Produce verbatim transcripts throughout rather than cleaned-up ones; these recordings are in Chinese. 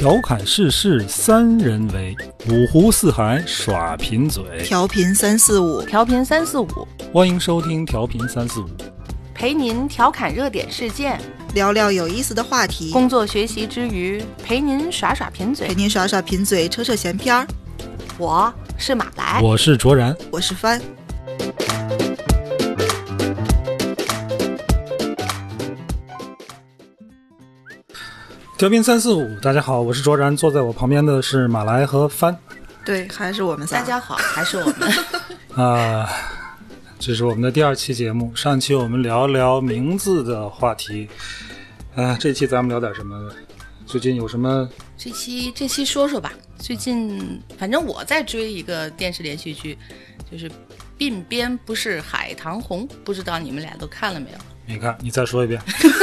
调侃世事三人为，五湖四海耍贫嘴。 调频三四五， 调频三四五， 欢迎收听调频三四五， 陪您调侃热点事件， 聊聊有意思的话题， 工作学习之余陪您耍耍贫嘴， 陪您耍耍贫嘴，扯扯闲篇儿。 我是马来， 我是卓然， 我是帆。 调频三四五，大家好，我是卓然，坐在我旁边的是马来和帆。 对，还是我们仨。 大家好，还是我们。 啊、呃，这是我们的第二期节目。上期我们聊聊名字的话题，啊、呃，这期咱们聊点什么？最近有什么？ 这期这期说说吧。最近反正我在追一个电视连续剧，就是《鬓边不是海棠红》，不知道你们俩都看了没有？ 没看，你再说一遍。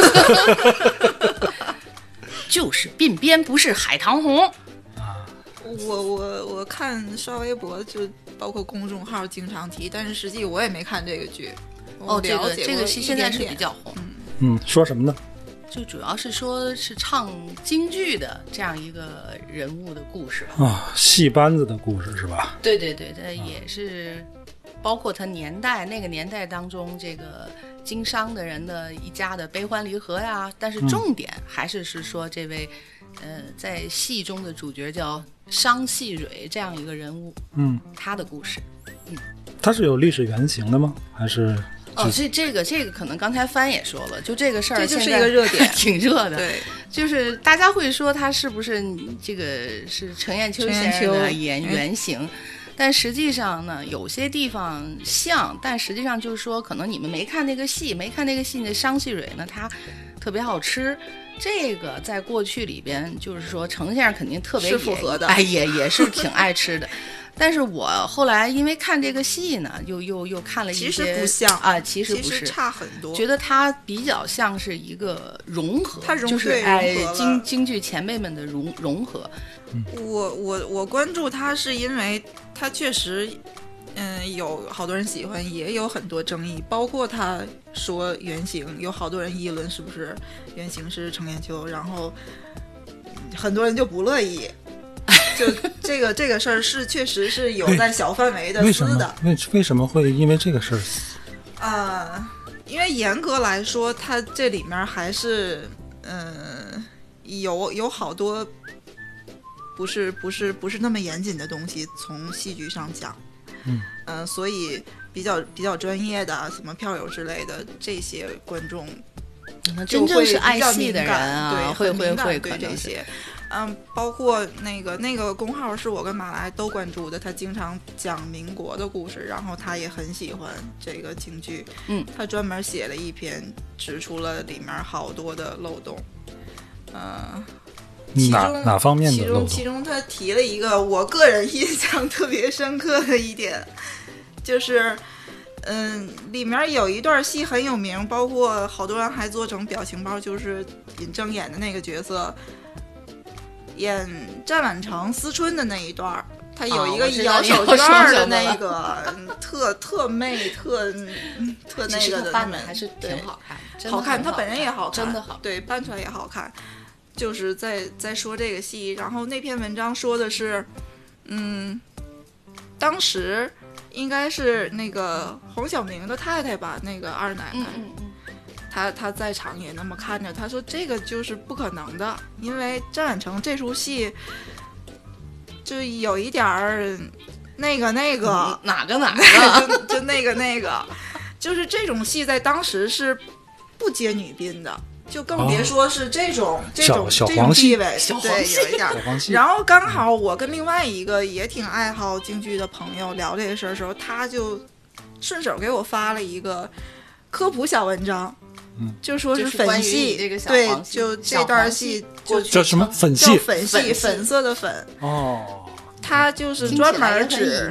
就是鬓边不是海棠红啊！我我我看刷微博，就包括公众号经常提，但是实际我也没看这个剧。 哦，这个这个戏现在是比较红。 嗯, 嗯，说什么呢？ 就主要是说是唱京剧的这样一个人物的故事啊、哦，戏班子的故事是吧？ 对对对，这也是包括他年代那个年代当中这个经商的人的一家的悲欢离合呀，但是重点还是是说这位、嗯、呃在戏中的主角叫商细蕊这样一个人物， 嗯， 他的故事，嗯， 他是有历史原型的吗？还是？ 哦，这这个这个可能刚才帆也说了，就这个事儿， 这就是一个热点， 挺热的。 对， 就是大家会说他是不是这个是程砚秋先生的原原型，嗯，但实际上呢，有些地方像，但实际上就是说，可能你们没看那个戏，没看那个戏，那商细蕊呢，它特别好吃。这个在过去里边，就是说程先生肯定特别是符合的， 哎，也也是挺爱吃的。但是我后来因为看这个戏呢，又又又看了一些， 其实不像啊，其实不是， 其实差很多。 觉得它比较像是一个融合， 它融就是哎京京剧前辈们的融融合。 嗯、我我我关注它是因为它确实，嗯，有好多人喜欢，也有很多争议，包括他说原型，有好多人议论是不是原型是程砚秋，然后很多人就不乐意。就这个这个事儿是确实是有在小范围的撕的， 为为什么会因为这个事儿？ 呃，因为严格来说，它这里面还是嗯、呃、有有好多不是不是不是那么严谨的东西从戏剧上讲， 嗯嗯、呃，所以比较比较专业的什么票友之类的这些观众， 真正是爱戏的人啊， 对， 会会会对这些。嗯，包括那个那个公号是我跟马来都关注的，他经常讲民国的故事，然后他也很喜欢这个京剧， 嗯， 他专门写了一篇，指出了里面好多的漏洞，呃，其哪哪方面的漏洞？ 其中其中他提了一个我个人印象特别深刻的一点，就是嗯，里面有一段戏很有名，包括好多人还做成表情包，就是尹正演的那个角色。演战宛城思春的那一段，他有一个摇手绢的那个、哦、特特媚特特那个的， 扮的还是挺好看，真的好看，他本人也好看， 真的好， 对，扮出来也好看。就是在在说这个戏，然后那篇文章说的是，嗯，当时应该是那个黄晓明的太太吧，那个二奶奶。 嗯嗯嗯， 他他在场也那么看着，他说这个就是不可能的，因为战宛城这出戏就有一点儿那个那个、 嗯、哪个哪个就就那个那个，就是这种戏在当时是不接女宾的，就更别说是这种、哦、这种小黄戏， 对，有一点小黄戏。 然后刚好我跟另外一个也挺爱好京剧的朋友聊这个事儿的时候，他就顺手给我发了一个科普小文章。 嗯， 就说是粉戏， 这个小对，就这段戏就叫什么粉戏？ 粉戏，粉色的粉。 哦， 他就是专门指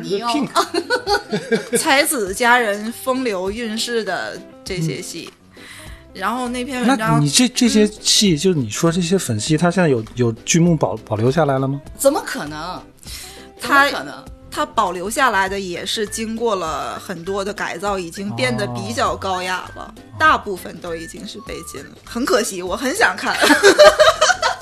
才子佳人风流韵事的这些戏。嗯、然后那篇文章， 那你这这些戏，嗯、就你说这些粉戏，他现在有有剧目保保留下来了吗？ 怎么可能？ 他可能。 它保留下来的也是经过了很多的改造，已经变得比较高雅了，哦、大部分都已经是被禁了，很可惜，我很想看。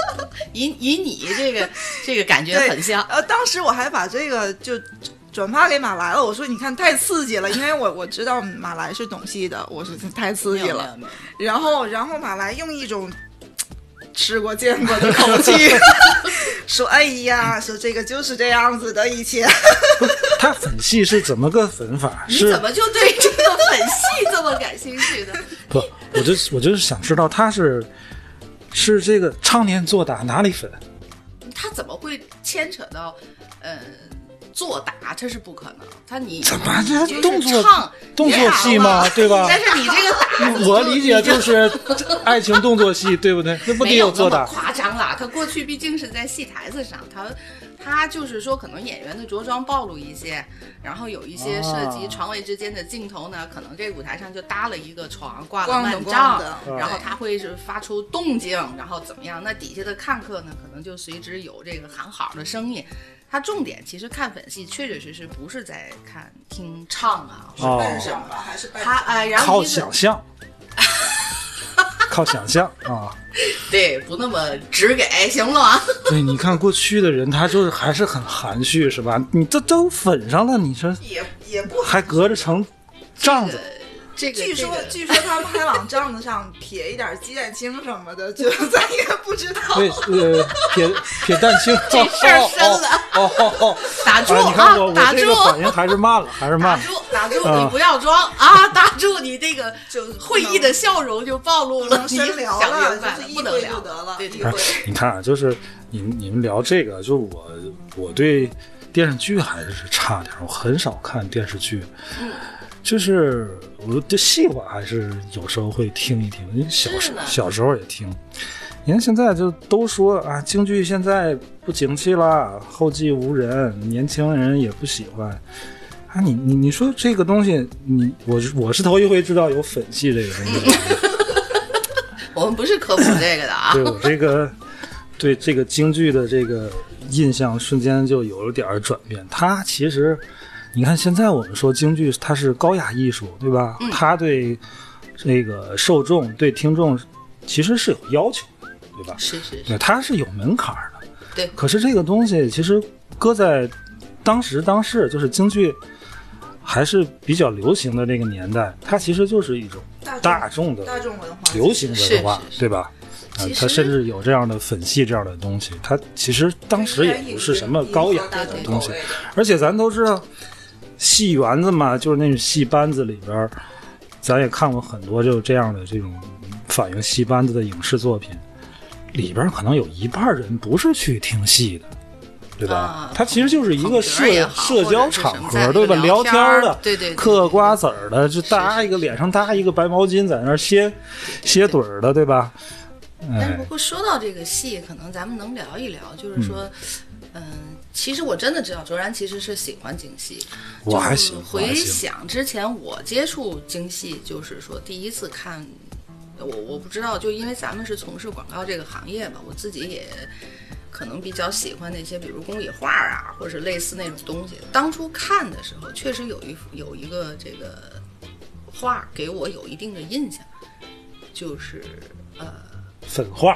以以你这个这个感觉很像。 呃，当时我还把这个就转发给马来了，我说你看太刺激了，因为我我知道马来是懂戏的，我说太刺激了。然后然后马来用一种吃过见过的口气说：“哎呀，说这个就是这样子的，以前。” 他粉戏是怎么个粉法？ 你怎么就对这个粉戏这么感兴趣的？ 不，我就我就是想知道他是是这个常年做打哪里粉？ 他怎么会牵扯到呃？作打这是不可能，他你怎么这动作唱动作戏嘛，对吧？ 但是你这个打， 我理解就是爱情动作戏，对不对？那不得有作打？ 夸张啦！他过去毕竟是在戏台子上，他他就是说，可能演员的着装暴露一些，然后有一些涉及床位之间的镜头呢，可能这个舞台上就搭了一个床，挂了幔帐，然后他会是发出动静，然后怎么样？那底下的看客呢，可能就随之有这个喊好的声音。他重点其实看粉戏，确确实实不是在看听唱啊， 哦、 扮相吧，还是扮他哎、呃，然后靠想象，靠想象啊， 对，不那么直给，行了吗？ 对，你看过去的人，他就是还是很含蓄，是吧？你这都粉上了，你说也也不还隔着成帐子。 这个、 据说、 这个、 据说他们还往帐子上撇一点鸡蛋清什么的，就咱也不知道。 对，呃，撇撇蛋清， 这事儿深了。 哦哦哦， 打住啊！你看我、 啊、打住， 我这个反应还是慢了，还是慢了。 打住，打住，啊、你不要装啊！打住，你这个就会意的笑容就暴露了。 你深聊了， 就是不能聊就得了。 对对对。你看啊，就是你们你们聊这个，就我我对电视剧还是差点，我很少看电视剧。 嗯。 就是我的戏我还是有时候会听一听，因为小时小时候也听。你看现在就都说啊，京剧现在不景气了，后继无人，年轻人也不喜欢。啊，你你你说这个东西，你我我是头一回知道有粉戏这个东西。 我们不是科普这个的啊。 对我这个对这个京剧的这个印象瞬间就有了点转变。它其实。你看，现在我们说京剧它是高雅艺术，对吧？嗯、它对这个受众、对听众其实是有要求的，对吧？ 是是是， 对，它是有门槛的。 对。 可是这个东西其实搁在当时当世，就是京剧还是比较流行的这个年代，它其实就是一种大众的大众文化、 流行文化，对吧？呃，它甚至有这样的粉戏这样的东西，它其实当时也不是什么高雅的东西，而且咱都知道。戏园子嘛，就是那种戏班子里边，咱也看过很多就这样的这种反映戏班子的影视作品，里边可能有一半人不是去听戏的，对吧？啊、它其实就是一个社社交场合，对吧？聊天的， 对对， 嗑瓜子儿的，就搭一个脸上搭一个白毛巾在那儿歇歇盹儿的，对吧？ 但是不过说到这个戏，可能咱们能聊一聊，就是说。嗯嗯，其实我真的知道卓然其实是喜欢京戏， 我还行。 回想之前我接触京戏，就是说第一次看，我我不知道，就因为咱们是从事广告这个行业吧，我自己也可能比较喜欢那些，比如工艺画啊，或者是类似那种东西。当初看的时候，确实有一有一个这个画给我有一定的印象，就是呃粉画。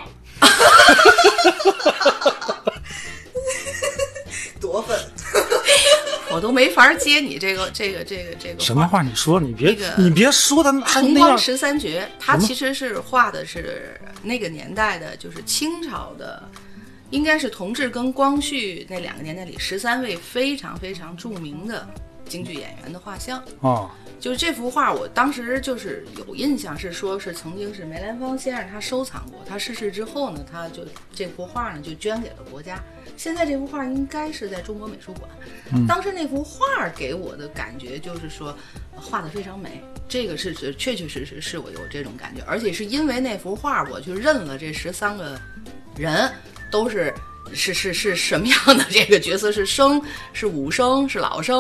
多粉， 我都没法接你这个这个这个这个什么话？你说你别、 那个、 你别说的红光十三绝，它其实是画的是那个年代的，就是清朝的，应该是同治跟光绪那两个年代里十三位非常非常著名的京剧演员的画像哦。 就是这幅画，我当时就是有印象，是说是曾经是梅兰芳先生他收藏过，他逝世之后呢，他就这幅画呢就捐给了国家。现在这幅画应该是在中国美术馆。嗯、当时那幅画给我的感觉就是说，画得非常美，这个是确确实实是我有这种感觉，而且是因为那幅画，我去认了这十三个人都是是是是什么样的这个角色，是生是武生是老生。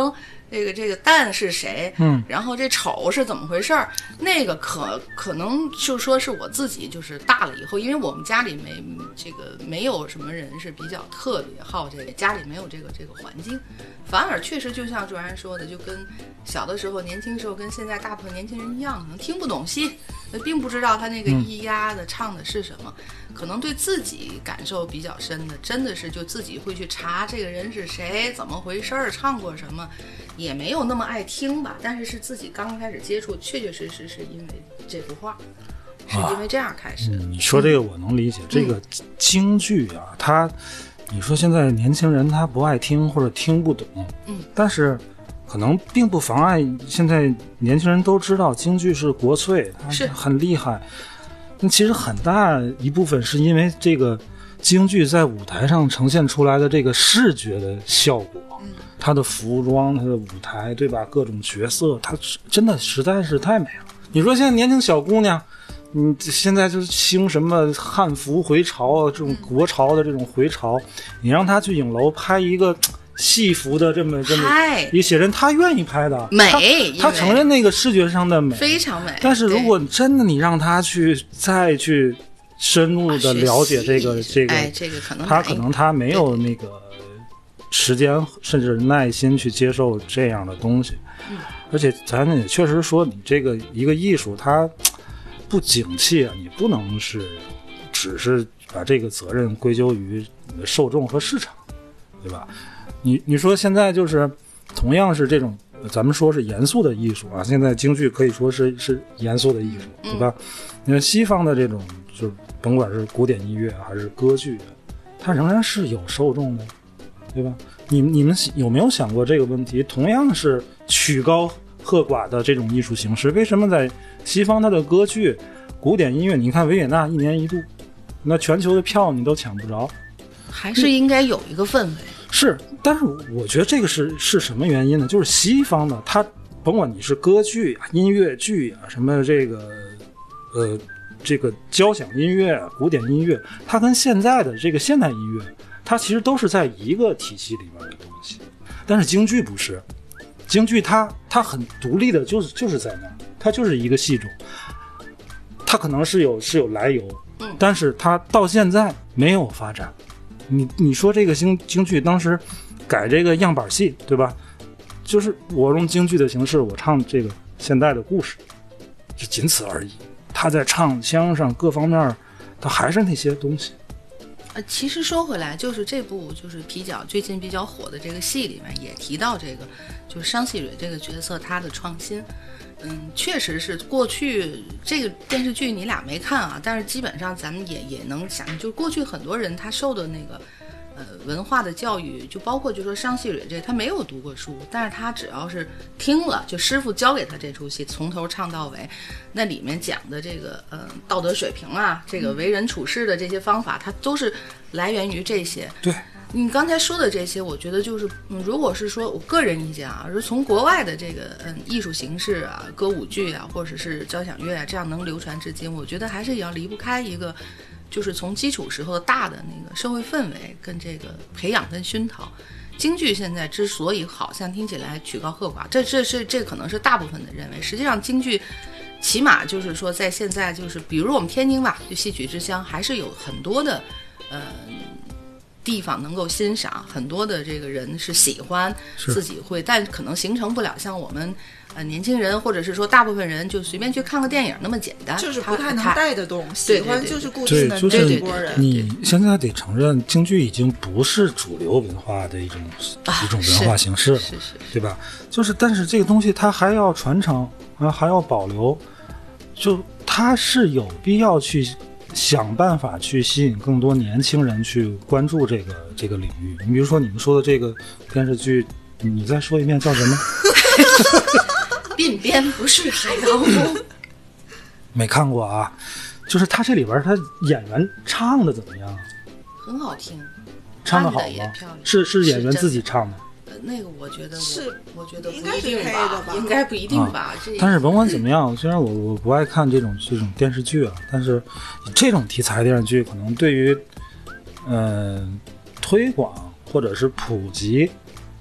这个这个蛋是谁？ 嗯， 然后这丑是怎么回事儿？那个可可能就说是我自己，就是大了以后，因为我们家里没这个没有什么人是比较特别好这个，家里没有这个这个环境，反而确实就像卓然说的，就跟小的时候、年轻时候跟现在大部分年轻人一样，可能听不懂戏，并不知道他那个咿呀的唱的是什么，嗯、可能对自己感受比较深的，真的是就自己会去查这个人是谁，怎么回事儿，唱过什么。也没有那么爱听吧，但是是自己刚开始接触，确确实实是因为这幅画，是因为这样开始的。 啊嗯、你说这个我能理解，嗯、这个京剧啊，它，你说现在年轻人他不爱听或者听不懂， 嗯， 但是可能并不妨碍现在年轻人都知道京剧是国粹， 是很厉害。那其实很大一部分是因为这个京剧在舞台上呈现出来的这个视觉的效果。他的服装，他的舞台，对吧？各种角色，他真的实在是太美了。你说现在年轻小姑娘，你现在就是兴什么汉服回潮啊，这种国潮的这种回潮，你让她去影楼拍一个戏服的这么这么一写真，她愿意拍的， 美， 她承认那个视觉上的美， 非常美。 但是如果真的你让她去再去深入的了解这个、啊、这个， 哎，这个可能她可能她没有那个。时间甚至耐心去接受这样的东西， 嗯、 而且咱也确实说，你这个一个艺术它不景气啊，你不能是只是把这个责任归咎于你的受众和市场，对吧？你你说现在就是同样是这种，咱们说是严肃的艺术啊，现在京剧可以说是是严肃的艺术，对吧？你看西方的这种，就甭管是古典音乐还是歌剧，它仍然是有受众的。对吧？你你们有没有想过这个问题？同样是曲高和寡的这种艺术形式，为什么在西方它的歌剧、古典音乐，你看维也纳一年一度，那全球的票你都抢不着， 还是应该有一个氛围。 是，但是我觉得这个是是什么原因呢？就是西方的，它甭管你是歌剧、音乐剧啊，什么这个呃这个交响音乐、古典音乐，它跟现在的这个现代音乐。它其实都是在一个体系里面的东西，但是京剧不是，京剧它它很独立的，就是就是在那儿，它就是一个戏种，它可能是有是有来由，但是它到现在没有发展。你你说这个京京剧当时改这个样板戏，对吧？就是我用京剧的形式，我唱这个现代的故事，就仅此而已。他在唱腔上各方面，他还是那些东西。 呃，其实说回来，就是这部就是比较最近比较火的这个戏里面也提到这个，就是商细蕊这个角色他的创新，嗯，确实是过去这个电视剧你俩没看啊，但是基本上咱们也也能想，就是过去很多人他受的那个呃文化的教育，就包括就说商细蕊这他没有读过书，但是他只要是听了，就师傅教给他这出戏从头唱到尾，那里面讲的这个呃道德水平啊，这个为人处事的这些方法，它都是来源于这些。 对， 你刚才说的这些，我觉得就是，嗯，如果是说我个人意见啊，是从国外的这个嗯艺术形式啊，歌舞剧啊，或者是交响乐啊，这样能流传至今，我觉得还是要离不开一个，就是从基础时候大的那个社会氛围跟这个培养跟熏陶。京剧现在之所以好像听起来曲高和寡，这这是这可能是大部分的认为，实际上京剧起码就是说在现在就是比如我们天津吧，就戏曲之乡，还是有很多的呃地方能够欣赏，很多的这个人是喜欢自己会，但可能形成不了像我们呃年轻人或者是说大部分人就随便去看个电影那么简单， 就是不太能带得动， 喜欢就是固定的那一拨人。 你现在得承认，京剧已经不是主流文化的一种、啊、一种文化形式了， 是是是对吧？就是，但是这个东西它还要传承啊，还要保留，就它是有必要去想办法去吸引更多年轻人去关注这个这个领域。你比如说你们说的这个电视剧，你再说一遍叫什么？ 鬓边不是海棠红。 没看过啊，就是他这里边他演员唱的怎么样？ 很好听， 唱的好吗？是是演员自己唱的。 呃，那个我觉得是， 我觉得不应该一定吧， 应该不一定吧。 啊、但是甭管怎么样，虽然我我不爱看这种这种电视剧啊，但是这种题材电视剧可能对于嗯、呃、推广或者是普及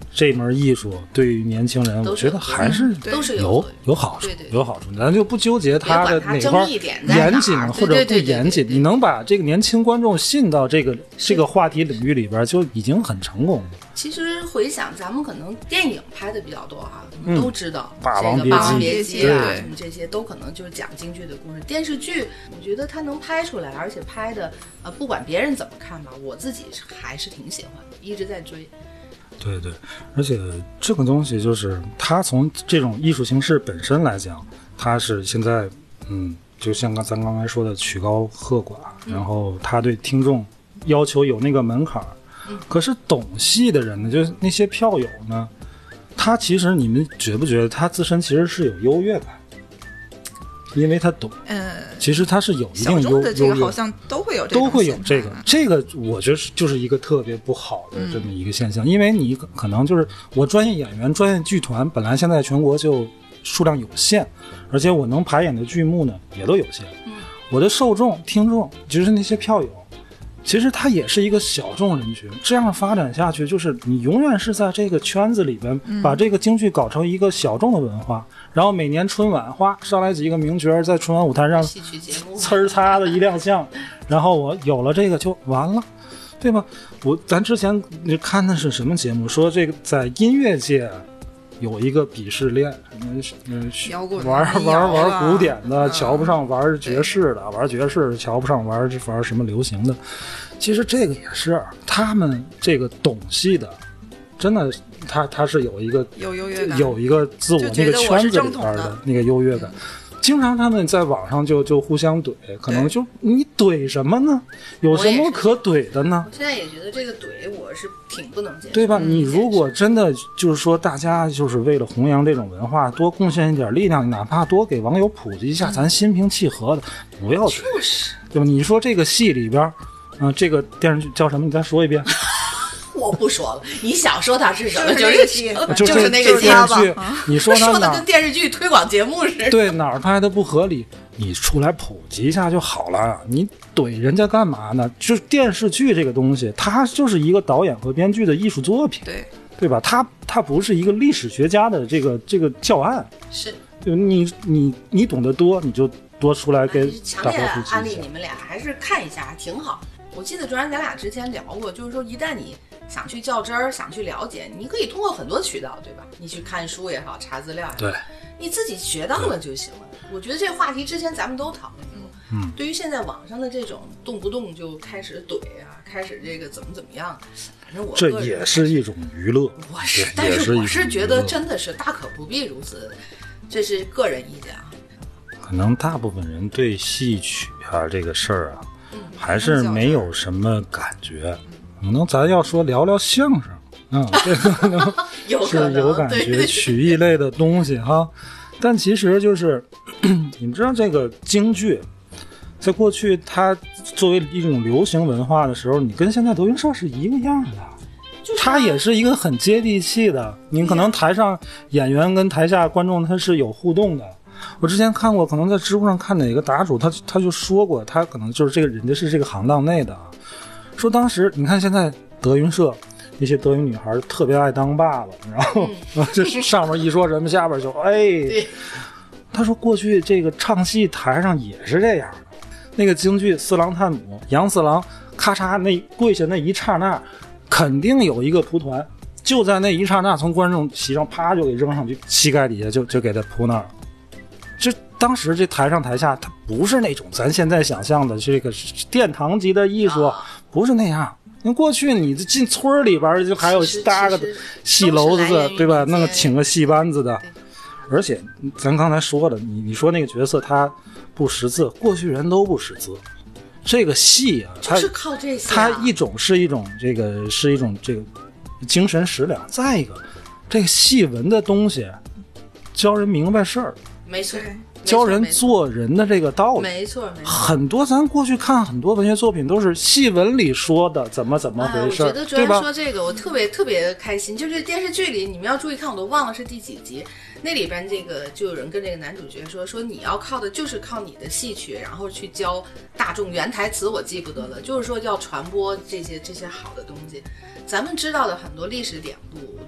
这门艺术对于年轻人，我觉得还是都是有有好处， 对对对有好处。咱就不纠结它的哪块严谨或者不严谨，你能把这个年轻观众信到这个这个话题领域里边，就已经很成功了。 其实回想，咱们可能电影拍的比较多哈， 嗯、 都知道 《霸王别姬》、 这个、 别姬啊什么这些，都可能就是讲京剧的故事。电视剧，我觉得它能拍出来，而且拍的呃，不管别人怎么看吧，我自己还是挺喜欢的，一直在追。 对对，而且这个东西就是它从这种艺术形式本身来讲，它是现在嗯，就像刚咱刚才说的曲高和寡，嗯、然后它对听众要求有那个门槛。可是懂戏的人呢，就是那些票友呢，他其实你们觉不觉得他自身其实是有优越感，因为他懂。呃，其实他是有一定优优越。这个好像都会有这个， 都会有这个。这个我觉得就是一个特别不好的这么一个现象，嗯、因为你可能就是我专业演员、专业剧团，本来现在全国就数量有限，而且我能排演的剧目呢也都有限。嗯，我的受众、听众就是那些票友。其实它也是一个小众人群，这样发展下去，就是你永远是在这个圈子里边，把这个京剧搞成一个小众的文化，嗯、然后每年春晚哗上来几个名角在春晚舞台上戏曲节目呲儿擦的一亮相，然后我有了这个就完了，对吧？我咱之前看的是什么节目，说这个在音乐界有一个鄙视链，嗯，玩玩玩古典的，嗯、瞧不上玩爵士的，玩爵士瞧不上玩玩什么流行的。其实这个也是他们这个懂戏的，真的，他他是有一个有优越感， 有一个自我那个圈子里边的那个优越感。经常他们在网上就就互相怼，可能就你怼什么呢？有什么可怼的呢？ 我现在也觉得这个怼我是挺不能接受， 对吧？你如果真的就是说大家就是为了弘扬这种文化，多贡献一点力量，哪怕多给网友普及一下，嗯、咱心平气和的，不要怼， 就是， 对吧？你说这个戏里边，嗯、呃，这个电视剧叫什么？你再说一遍。 我不说了，你想说它是什么就是戏， 就是那个电视剧。你说它说的跟电视剧推广节目似的， 对，哪儿拍的不合理，你出来普及一下就好了。你怼人家干嘛呢？就是电视剧这个东西，它就是一个导演和编剧的艺术作品， 对对吧？它它不是一个历史学家的这个这个教案， 是， 就你你你懂得多，你就多出来给大家普及一下。 安利你们俩还是看一下，挺好。我记得卓然咱俩之前聊过，就是说一旦你想去较真儿，想去了解，你可以通过很多渠道，对吧？你去看书也好，查资料也好， 对， 你自己学到了就行了。我觉得这个话题之前咱们都讨论过。嗯，对于现在网上的这种动不动就开始怼啊，开始这个怎么怎么样，反正我这也是一种娱乐。 我是，但是我是觉得真的是大可不必如此，这是个人意见啊。 可能大部分人对戏曲啊这个事儿啊。还是没有什么感觉，可能咱要说聊聊相声，嗯，这个可能是有感觉，曲艺类的东西哈。但其实就是你们知道，这个京剧在过去它作为一种流行文化的时候，你跟现在德云社是一个样的，它也是一个很接地气的。你可能台上演员跟台下观众他是有互动的。我之前看过，可能在知乎上看哪个答主，他他就说过，他可能就是这个人家是这个行当内的，说当时你看现在德云社那些德云女孩特别爱当爸爸，然后这、嗯、上面一说什么，下边就哎，他说过去这个唱戏台上也是这样的，那个京剧四郎探母，杨四郎咔嚓那跪下那一刹那，肯定有一个蒲团，就在那一刹那从观众席上啪就给扔上去，膝盖底下就就给他扑那儿了。这当时这台上台下，它不是那种咱现在想象的这个殿堂级的艺术，不是那样。那过去你进村里边就还有搭个戏楼子的，对吧？那个请个戏班子的，而且咱刚才说的，你你说那个角色他不识字，过去人都不识字。这个戏啊，它就是靠这些、啊， 它一种是一种这个是一种这个精神食粮，再一个这个戏文的东西教人明白事儿。 没错， 教人做人的这个道理， 没错，没错。 很多咱过去看很多文学作品都是戏文里说的，怎么怎么回事， 哎、我觉得主要说这个，我特别特别开心。就是电视剧里，你们要注意看，我都忘了是第几集。那里边这个就有人跟这个男主角说，说你要靠的就是靠你的戏曲，然后去教大众原台词，我记不得了，就是说要传播这些这些好的东西。咱们知道的很多历史典故，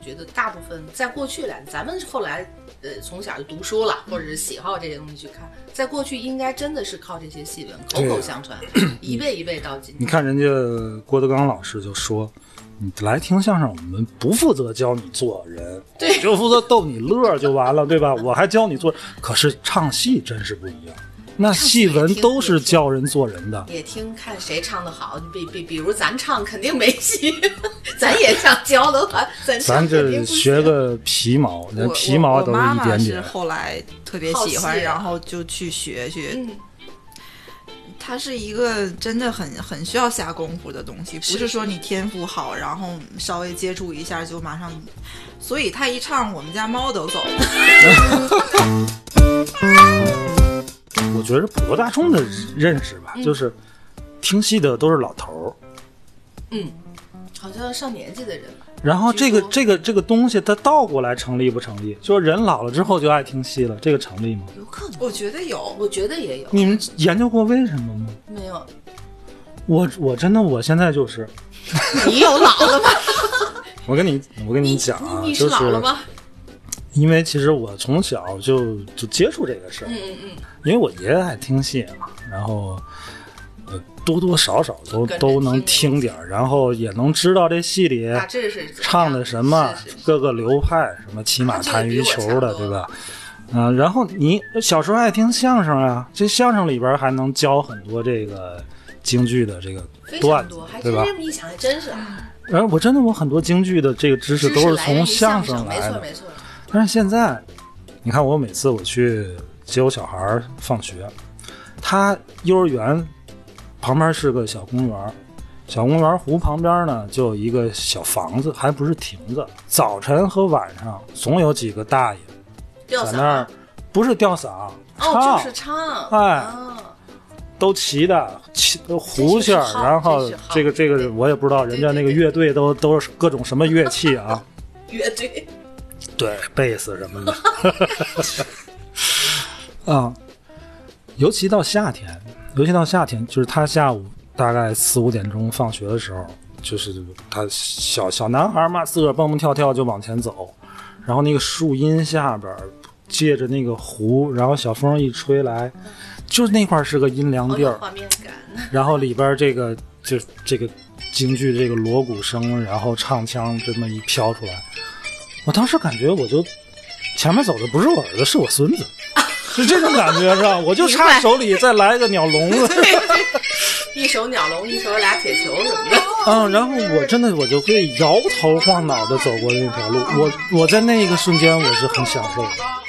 觉得大部分在过去来，咱们后来呃从小就读书了，或者是喜好这些东西去看，在过去应该真的是靠这些戏文口口相传，一辈一辈到今天。 你看人家郭德纲老师就说，你来听相声，我们不负责教你做人， 对， 就负责逗你乐就完了，对吧？我还教你做，可是唱戏真是不一样。那戏文都是教人做人的， 也听看谁唱的好。比比比如咱唱肯定没戏，咱也想教的话，咱咱这学个皮毛，咱皮毛都是一点点。 我妈妈是后来特别喜欢，然后就去学学。嗯，它是一个真的很很需要下功夫的东西，不是说你天赋好，然后稍微接触一下就马上。所以他一唱，我们家猫都走了。 我觉得普罗大众的认识吧，嗯、就是听戏的都是老头儿， 嗯，好像上年纪的人。 然后这个这个这个东西，它倒过来成立不成立？就是人老了之后就爱听戏了，这个成立吗？ 有可能， 我觉得有， 我觉得也有。 你们研究过为什么吗？ 没有。 我我真的我现在就是， 你有老了吗？ 我跟你我跟你讲啊， 你, 你是老了吗？ 就是因为其实我从小就就接触这个事儿， 嗯嗯嗯， 因为我爷爷爱听戏嘛，然后呃多多少少都都能听点儿，然后也能知道这戏里唱的什么，各个流派，什么骑马弹鱼球的，对吧？嗯、呃，然后你小时候爱听相声啊，这相声里边还能教很多这个京剧的这个段子，对吧？ 这么一想还真是。 然后我真的我很多京剧的这个知识都是从相声来的， 没错没错。 但是现在，你看我每次我去接我小孩放学，他幼儿园旁边是个小公园，小公园湖旁边呢就有一个小房子，还不是亭子。早晨和晚上总有几个大爷在那儿，不是吊嗓，唱， 哦，就是唱， 哎， 哦、 都齐的，齐都胡线，然后这个这个我也不知道，人家那个乐队都都是各种什么乐器啊， 乐队。 对，贝斯什么的啊，尤其到夏天，尤其到夏天，就是他下午大概四五点钟放学的时候，就是他小小男孩嘛，自个儿蹦蹦跳跳就往前走，然后那个树荫下边借着那个湖，然后小风一吹来，就是那块是个阴凉地儿， 画面感。 然后里边这个就这个京剧这个锣鼓声，然后唱腔这么一飘出来。我当时感觉我就前面走的不是我儿子，是我孙子，是这种感觉是吧？我就差手里再来个鸟笼子， 一手鸟笼，一手俩铁球什么的。 嗯，然后我真的我就会摇头晃脑的走过那条路，我我在那一个瞬间我是很享受的。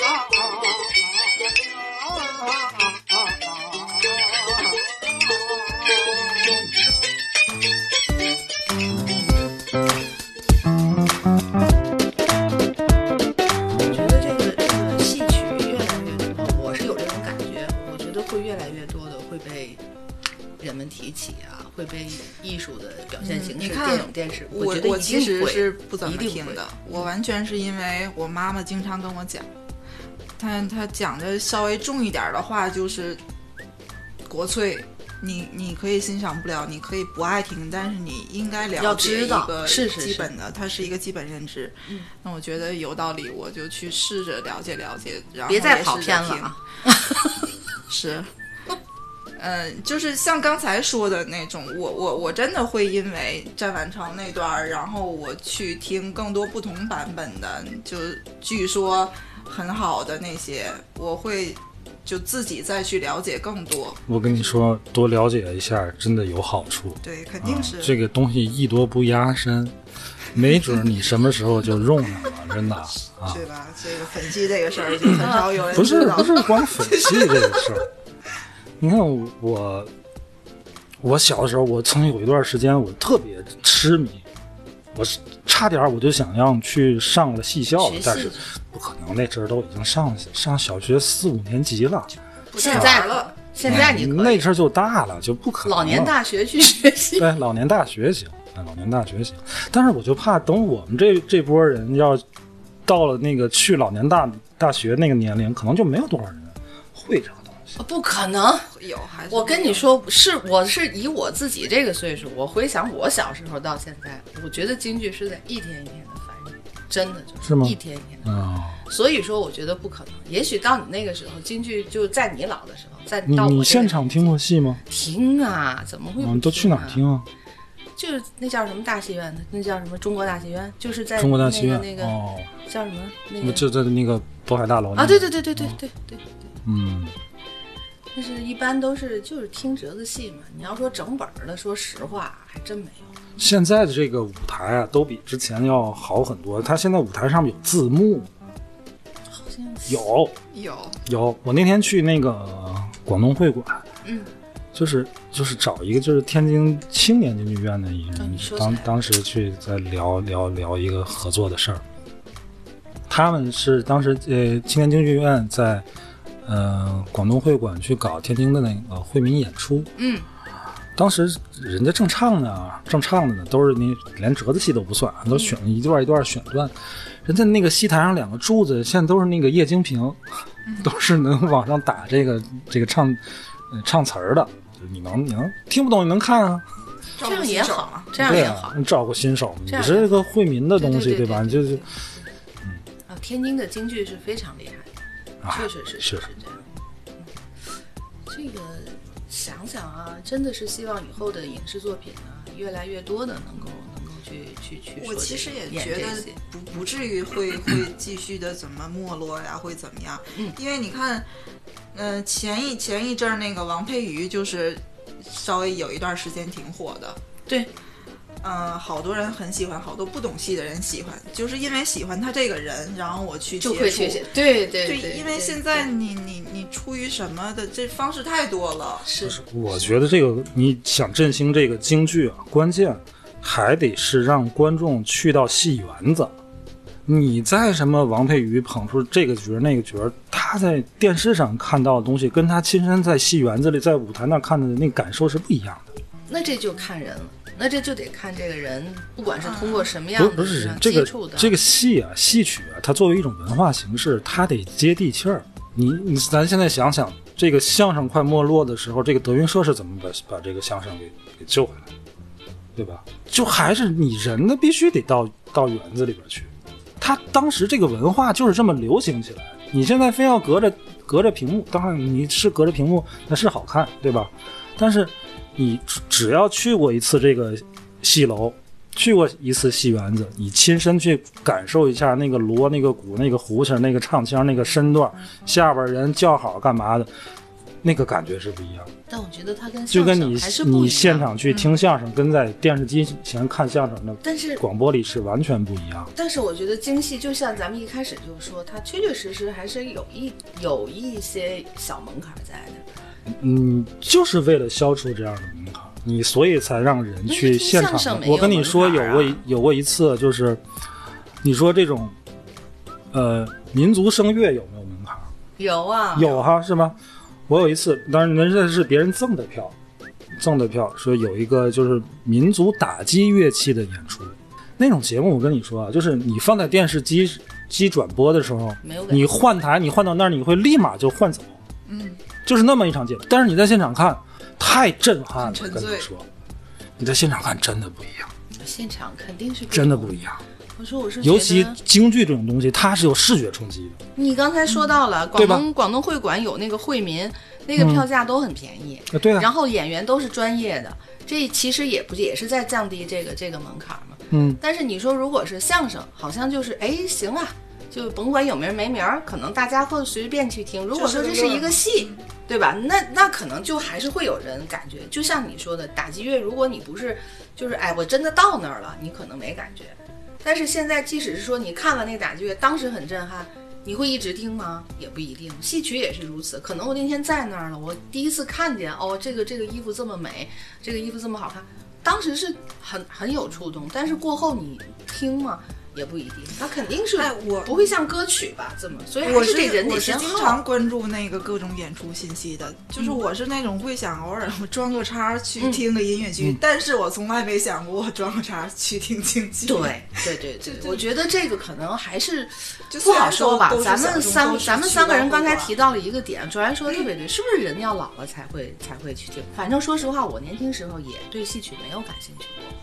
提起啊，会被艺术的表现形式、 嗯、 电影、电视， 我觉得我其实是不怎么听的。 我完全是因为我妈妈经常跟我讲，她她讲的稍微重一点的话，就是国粹，你你可以欣赏不了，你可以不爱听，但是你应该了解一个基本的，它是一一个基本认知。 嗯， 那我觉得有道理，我就去试着了解了解，然后别再跑偏了啊！ 是。嗯、呃，就是像刚才说的那种，我我我真的会因为战宛城那段，然后我去听更多不同版本的，就据说很好的那些，我会就自己再去了解更多。 我跟你说，多了解一下真的有好处。 对，肯定是、 啊、这个东西艺多不压身，没准你什么时候就用上了，真的啊， 对吧？这个粉戏这个事儿就很少有人不是知道。 不是光粉戏这个事儿。你看我，我小的时候，我曾经有一段时间我特别痴迷，我差点我就想要去上了戏校了，但是不可能，那阵儿都已经上上小学四五年级了。 现在了，啊、现在你可以、 嗯、那阵儿就大了，就不可能。 老年大学去学习， 对，老年大学行，老年大学行。但是我就怕等我们这这波人要到了那个去老年大大学那个年龄，可能就没有多少人会这个。 不可能有，还是我跟你说，是我是以我自己这个岁数，我回想我小时候到现在，我觉得京剧是在一天一天的繁荣， 真的就是是吗？ 一天一天啊、哦。 所以说，我觉得不可能。也许到你那个时候，京剧就在你老的时候，在你到我你现场听过戏吗？ 听啊，怎么会不听啊？ 嗯，都去哪儿听啊？ 就是那叫什么大戏院的，那叫什么中国大戏院，就是在中国大戏院那个、那个、 哦， 叫什么那个就在那个渤海大楼啊，对对对对对对对对， 嗯。 但是一般都是就是听折子戏嘛。你要说整本的，说实话还真没有。 现在的这个舞台啊，都比之前要好很多。它现在舞台上面有字幕， 好像有有有。我那天去那个广东会馆， 嗯， 就是就是找一个就是天津青年京剧院的一人， 嗯、 当当时去在聊聊聊一个合作的事儿。他们是当时呃青年京剧院在呃广东会馆去搞天津的那个惠民演出， 嗯。 当时人家正唱呢，正唱的呢，都是你连折子戏都不算，都选了一段一段选段。人家那个戏台上两个柱子，现在都是那个液晶屏，都是能往上打这个这个唱、呃、唱词儿的。你能你能听不懂，你能看啊？ 这样也好，这样也好。 对啊，照顾新手，你是这个惠民的东西， 对, 对, 对, 对, 对吧？就就嗯啊，天津的京剧是非常厉害的，啊、确实是是是这样。嗯，这个。想想啊，真的是希望以后的影视作品呢，越来越多的能够能够去去去说。 我其实也觉得不不至于会会继续的怎么没落呀，会怎么样？ 嗯， 因为你看，呃，前一前一阵儿那个王佩瑜就是稍微有一段时间挺火的， 对。 呃，好多人很喜欢，好多不懂戏的人喜欢，就是因为喜欢他这个人，然后我去接触， 就会去写，对对对, 对，因为现在你你你出于什么的这方式太多了。 是， 我觉得这个你想振兴这个京剧啊，关键还得是让观众去到戏园子。你在什么王佩瑜捧出这个角那个角，他在电视上看到的东西，跟他亲身在戏园子里在舞台那看的那感受是不一样的。 那这就看人了。那这就得看这个人，不管是通过什么样的、啊、 不是这个这个戏啊，戏曲啊，它作为一种文化形式，它得接地气儿。你你咱现在想想，这个相声快没落的时候，这个德云社是怎么把把这个相声给给救回来，对吧？就还是你人呢，必须得到到园子里边去。他当时这个文化就是这么流行起来。你现在非要隔着隔着屏幕，当然你是隔着屏幕，那是好看，对吧？但是。你只要去过一次这个戏楼，去过一次戏园子，你亲身去感受一下那个锣、那个鼓、那个胡琴、那个唱腔、那个身段，下边人叫好干嘛的，那个感觉是不一样的。 但我觉得它跟就跟你你现场去听相声， 嗯、 跟在电视机前看相声的， 但是广播里是完全不一样。 但是我觉得京戏就像咱们一开始就说，它确确实实还是有一有一些小门槛在的。 嗯，就是为了消除这样的门槛，你所以才让人去现场。我跟你说，有过有过一次，就是你说这种，呃，民族声乐有没有门槛？ 有啊， 有哈，是吧？我有一次，当然人家是别人赠的票，赠的票，说有一个就是民族打击乐器的演出，那种节目我跟你说啊，就是你放在电视机机转播的时候，你换台，你换到那儿，你会立马就换走。 嗯。 就是那么一场节目，但是你在现场看太震撼了，跟你说，你在现场看真的不一样。 现场肯定是真的不一样。 我说我是， 尤其京剧这种东西，它是有视觉冲击的。 你刚才说到了，广东广东会馆有那个惠民，那个票价都很便宜， 嗯、对啊。 然后演员都是专业的，这其实也不也是在降低这个这个门槛嘛。 嗯。 但是你说如果是相声，好像就是哎行啊。就甭管有名没名，可能大家会随便去听。如果说这是一个戏，对吧？那那可能就还是会有人感觉，就像你说的，打击乐，如果你不是，就是哎，我真的到那儿了，你可能没感觉。但是现在，即使是说你看了那打击乐，当时很震撼，你会一直听吗？也不一定。戏曲也是如此，可能我那天在那儿了，我第一次看见，哦，这个这个衣服这么美，这个衣服这么好看，当时是很很有触动。但是过后你听吗？也不一定，他肯定是我不会像歌曲吧这么，所以还是得人得先好。 我是经常关注那个各种演出信息的，就是我是那种会想偶尔我装个叉去听个音乐剧， 嗯、 但是我从来没想过我装个叉去听京剧。 对对对对，我觉得这个可能还是不好说吧。咱们三咱们三个人刚才提到了一个点，卓然说的特别对，是不是人要老了才会才会去听？反正说实话，我年轻时候也对戏曲没有感兴趣过。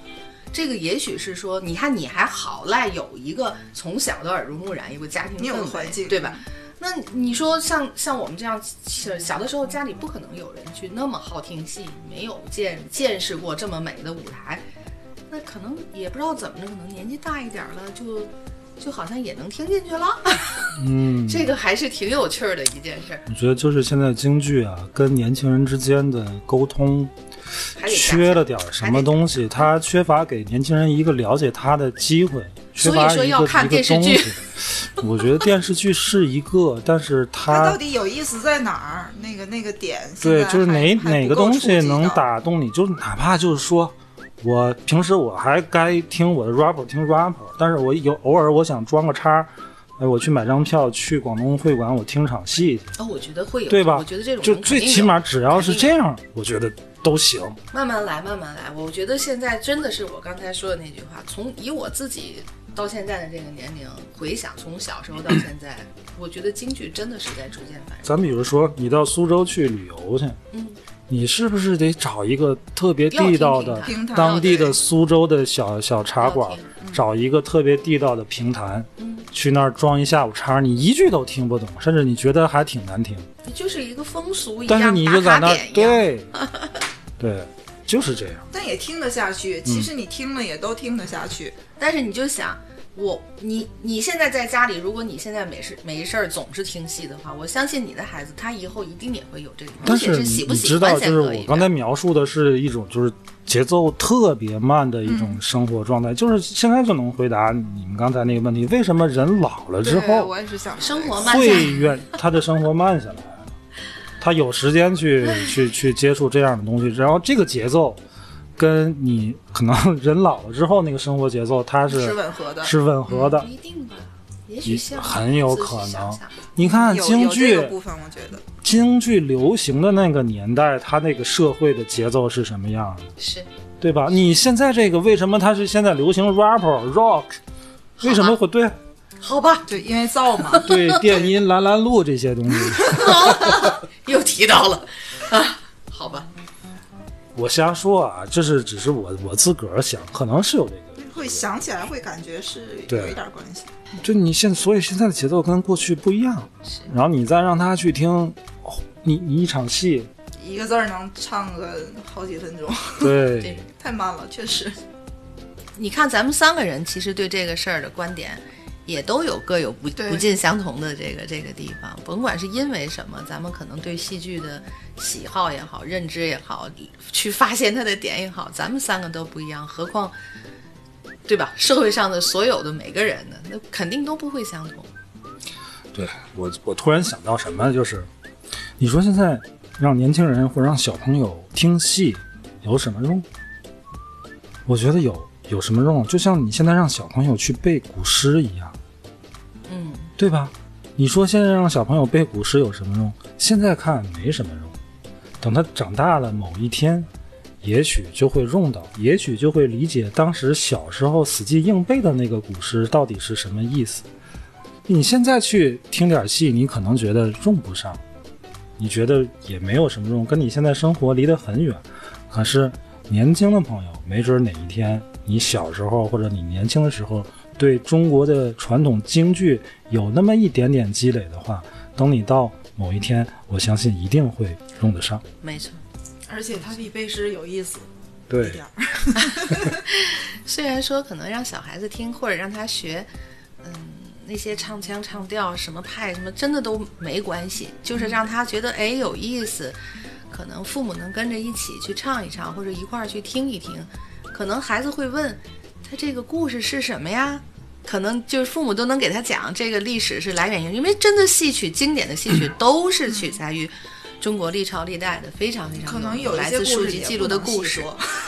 这个也许是说，你看你还好赖有一个从小的耳濡目染，有个家庭氛围，对吧？那你说像像我们这样小的时候，家里不可能有人去那么好听戏，没有见见识过这么美的舞台，那可能也不知道怎么着，可能年纪大一点了，就就好像也能听进去了。嗯，这个还是挺有趣的一件事。 我觉得就是现在京剧啊，跟年轻人之间的沟通缺了点什么东西，他缺乏给年轻人一个了解他的机会，缺乏一个所以说要看电视剧。 我觉得电视剧是一个，但是它它到底有意思在哪儿？那个那个点， 对，就是哪哪个东西能打动你，就是哪怕就是说。我平时我还该听我的 rapper 听 rapper， 但是我有偶尔我想装个叉，哎，我去买张票去广东会馆，我听场戏去。 哦，我觉得会有， 对吧？ 我觉得这种就最起码只要是这样，我觉得都行。 慢慢来，慢慢来。我觉得现在真的是我刚才说的那句话，从以我自己到现在的这个年龄回想，从小时候到现在，我觉得京剧真的是在逐渐发展。 咱比如说，你到苏州去旅游去，嗯。你是不是得找一个特别地道的当地的苏州的小小茶馆，找一个特别地道的评弹，嗯、去那儿装一下午叉，你一句都听不懂，甚至你觉得还挺难听。 你就是一个风俗一样， 但是你就在那儿，对，对，就是这样。 但也听得下去，其实你听了也都听得下去。 嗯、但是你就想。我你你现在在家里，如果你现在没事没事儿总是听戏的话，我相信你的孩子他以后一定也会有这个。 但是喜不你知道，就是我刚才描述的是一种就是节奏特别慢的一种生活状态，嗯、就是现在就能回答你们刚才那个问题：为什么人老了之后， 我也是想生活慢会愿他的生活慢下来，他有时间去去去接触这样的东西，然后这个节奏。跟你可能人老了之后那个生活节奏，它是是吻合的， 是吻合的， 不一定吧？也许像很有可能。你看京剧部分，我觉得京剧流行的那个年代，它那个社会的节奏是什么样的？ 是， 对吧？你现在这个为什么它是现在流行 rapper rock？ 为什么会对？ 好吧， 对，因为造嘛。 对，电音、蓝蓝路这些东西， 又提到了啊，好吧。 我瞎说啊，这是只是我我自个儿想，可能是有这个， 会想起来，会感觉是有一点关系。 就你现所以现在的节奏跟过去不一样，然后你再让他去听，哦、你你一场戏一个字儿能唱个好几分钟， 对， 对太慢了，确实。 你看咱们三个人其实对这个事儿的观点。也都有各有不不尽相同的这个这个地方，甭管是因为什么，咱们可能对戏剧的喜好也好，认知也好，去发现它的点也好，咱们三个都不一样，何况对吧？社会上的所有的每个人呢，那肯定都不会相同。 对，我我突然想到什么，就是你说现在让年轻人或者让小朋友听戏有什么用？我觉得有有什么用？就像你现在让小朋友去背古诗一样。 嗯， 对吧？你说现在让小朋友背古诗有什么用？现在看没什么用，等他长大了某一天，也许就会用到，也许就会理解当时小时候死记硬背的那个古诗到底是什么意思。你现在去听点戏，你可能觉得用不上，你觉得也没有什么用，跟你现在生活离得很远。可是年轻的朋友，没准哪一天你小时候或者你年轻的时候对中国的传统京剧有那么一点点积累的话，等你到某一天，我相信一定会用得上。 没错， 而且它比背诗有意思。 对， 一点虽然说可能让小孩子听或者让他学，嗯，那些唱腔唱调什么派什么真的都没关系，就是让他觉得哎有意思，可能父母能跟着一起去唱一唱，或者一块儿去听一听，可能孩子会问他这个故事是什么呀？可能就是父母都能给他讲这个历史是来源于，因为真的戏曲经典的戏曲都是取材于中国历朝历代的非常非常可能有来自书籍记录的故事。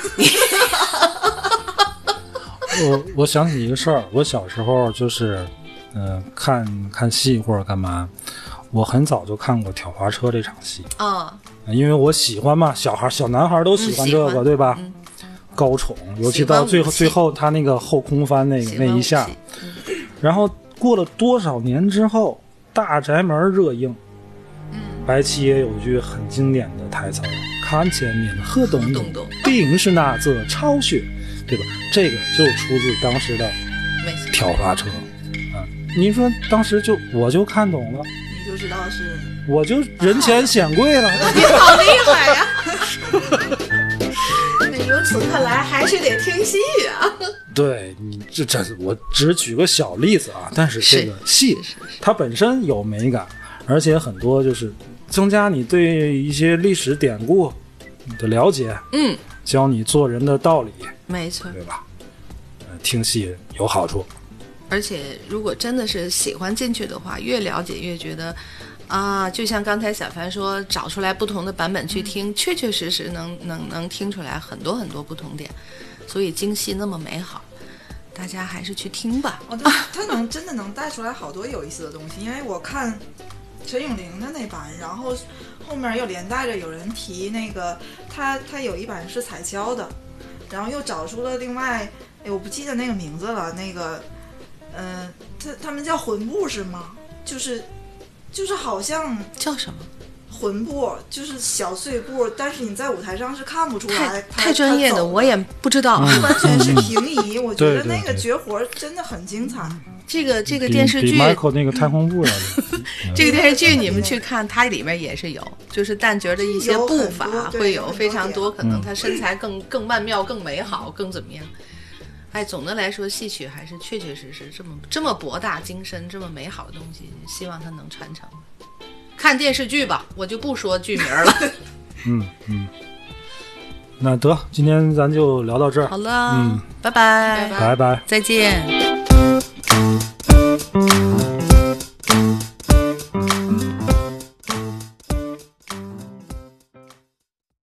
我我想起一个事儿，我小时候就是嗯、呃、看看戏或者干嘛，我很早就看过挑花车这场戏啊、 哦，因为我喜欢嘛，小孩小男孩都喜欢这个、嗯、对吧、嗯、高宠，尤其到最后最后他那个后空翻那个那一下、嗯、然后过了多少年之后大宅门热映，白起也有句很经典的台词，看前面喝咚咚，定是那则超雪， 对吧？这个就出自当时的挑发车啊。你说当时就我就看懂了， 你就知道是， 我就人前显贵了。 你好厉害呀！由此看来，还是得听戏啊。 对你这这，我只举个小例子啊，但是这个戏它本身有美感，而且很多就是增加你对一些历史典故的了解， 嗯， 教你做人的道理， 没错， 对吧？呃，听戏有好处。 而且如果真的是喜欢进去的话，越了解越觉得啊，就像刚才小凡说，找出来不同的版本去听，嗯、确确实实能能能听出来很多很多不同点。所以京戏那么美好，大家还是去听吧。 哦，它它能真的能带出来好多有意思的东西。因为我看陈永玲的那版，然后后面又连带着有人提那个他他有一版是彩椒的，然后又找出了另外，哎，我不记得那个名字了，那个。嗯、呃，他他们叫魂部是吗？就是就是好像叫什么魂部，就是小碎步，但是你在舞台上是看不出来。 太太专业的我也不知道， 嗯、完全是平移。我觉得那个绝活真的很精彩。 这个这个电视剧， 比 Michael 那个太空步这个电视剧你们去看，它里面也是有，就是旦角的一些步法会有非常多，可能他身材更更曼妙、更美好、更怎么样。哎，总的来说，戏曲还是确确实实这么这么博大精深、这么美好的东西，希望它能传承。看电视剧吧，我就不说剧名了。 嗯嗯，那得，今天咱就聊到这儿。 好了， 嗯， 拜拜， 拜拜， 再见。